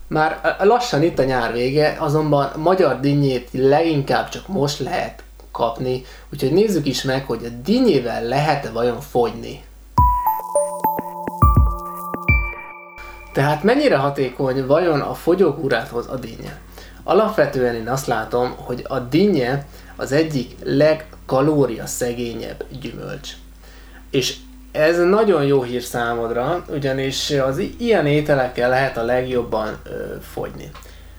Már lassan itt a nyár vége, azonban magyar dinnyét leginkább csak most lehet kapni, úgyhogy nézzük is meg, hogy a dinnyével lehet-e vajon fogyni. Tehát mennyire hatékony vajon a fogyókúrához a dinnye? Alapvetően én azt látom, hogy a dinnye az egyik legkalóriaszegényebb gyümölcs. És ez nagyon jó hír számodra, ugyanis az ilyen ételekkel lehet a legjobban fogyni.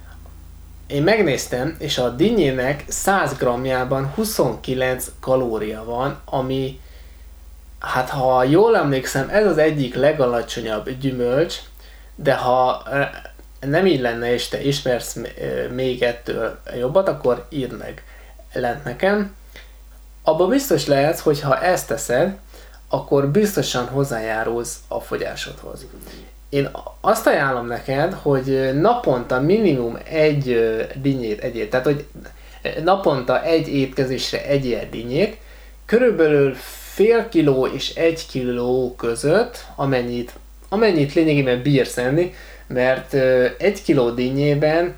Én megnéztem, és a dinnyének 100 g-jában 29 kalória van, ami, hát ha jól emlékszem, ez az egyik legalacsonyabb gyümölcs, de ha nem így lenne, és te ismersz még ettől jobbat, akkor írd meg lent nekem. Abban biztos lehetsz, hogy ha ezt teszed, akkor biztosan hozzájárulsz a fogyásodhoz. Én azt ajánlom neked, hogy naponta minimum egy dinnyét egyél, tehát hogy naponta egy étkezésre egyél dinnyét, körülbelül fél kiló és 1 kiló között, amennyit lényegében bírsz enni, mert 1 kiló dinnyében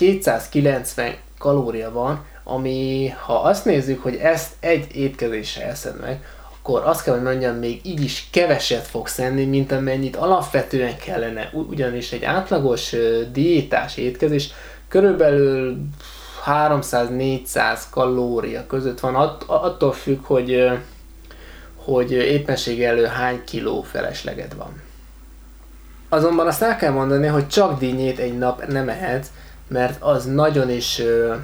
290 kalória van, ami, ha azt nézzük, hogy ezt egy étkezésre eszed meg, akkor azt kell, hogy mondjam, még így is keveset fogsz enni, mint amennyit alapvetően kellene. Ugyanis egy átlagos diétás étkezés körülbelül 300-400 kalória között van, attól függ, hogy éppenséggel elő hány kiló felesleged van. Azonban azt el kell mondani, hogy csak dinnyét egy nap nem ehetsz, mert az nagyon is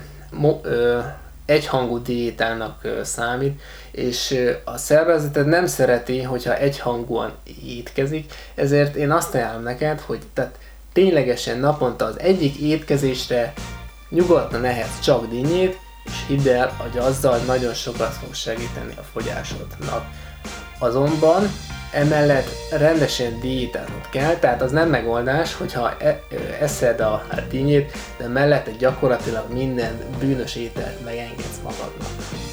egyhangú diétának számít, és a szervezeted nem szereti, hogyha egyhangúan étkezik, ezért én azt ajánlom neked, hogy tehát ténylegesen naponta az egyik étkezésre nyugodtan ehetsz csak dinnyét, és hidd el, hogy azzal nagyon sokat fog segíteni a fogyásodnak. Azonban emellett rendesen diétáznod kell, tehát az nem megoldás, hogyha eszed a dinnyét, de mellette gyakorlatilag minden bűnös ételt megengedsz magadnak.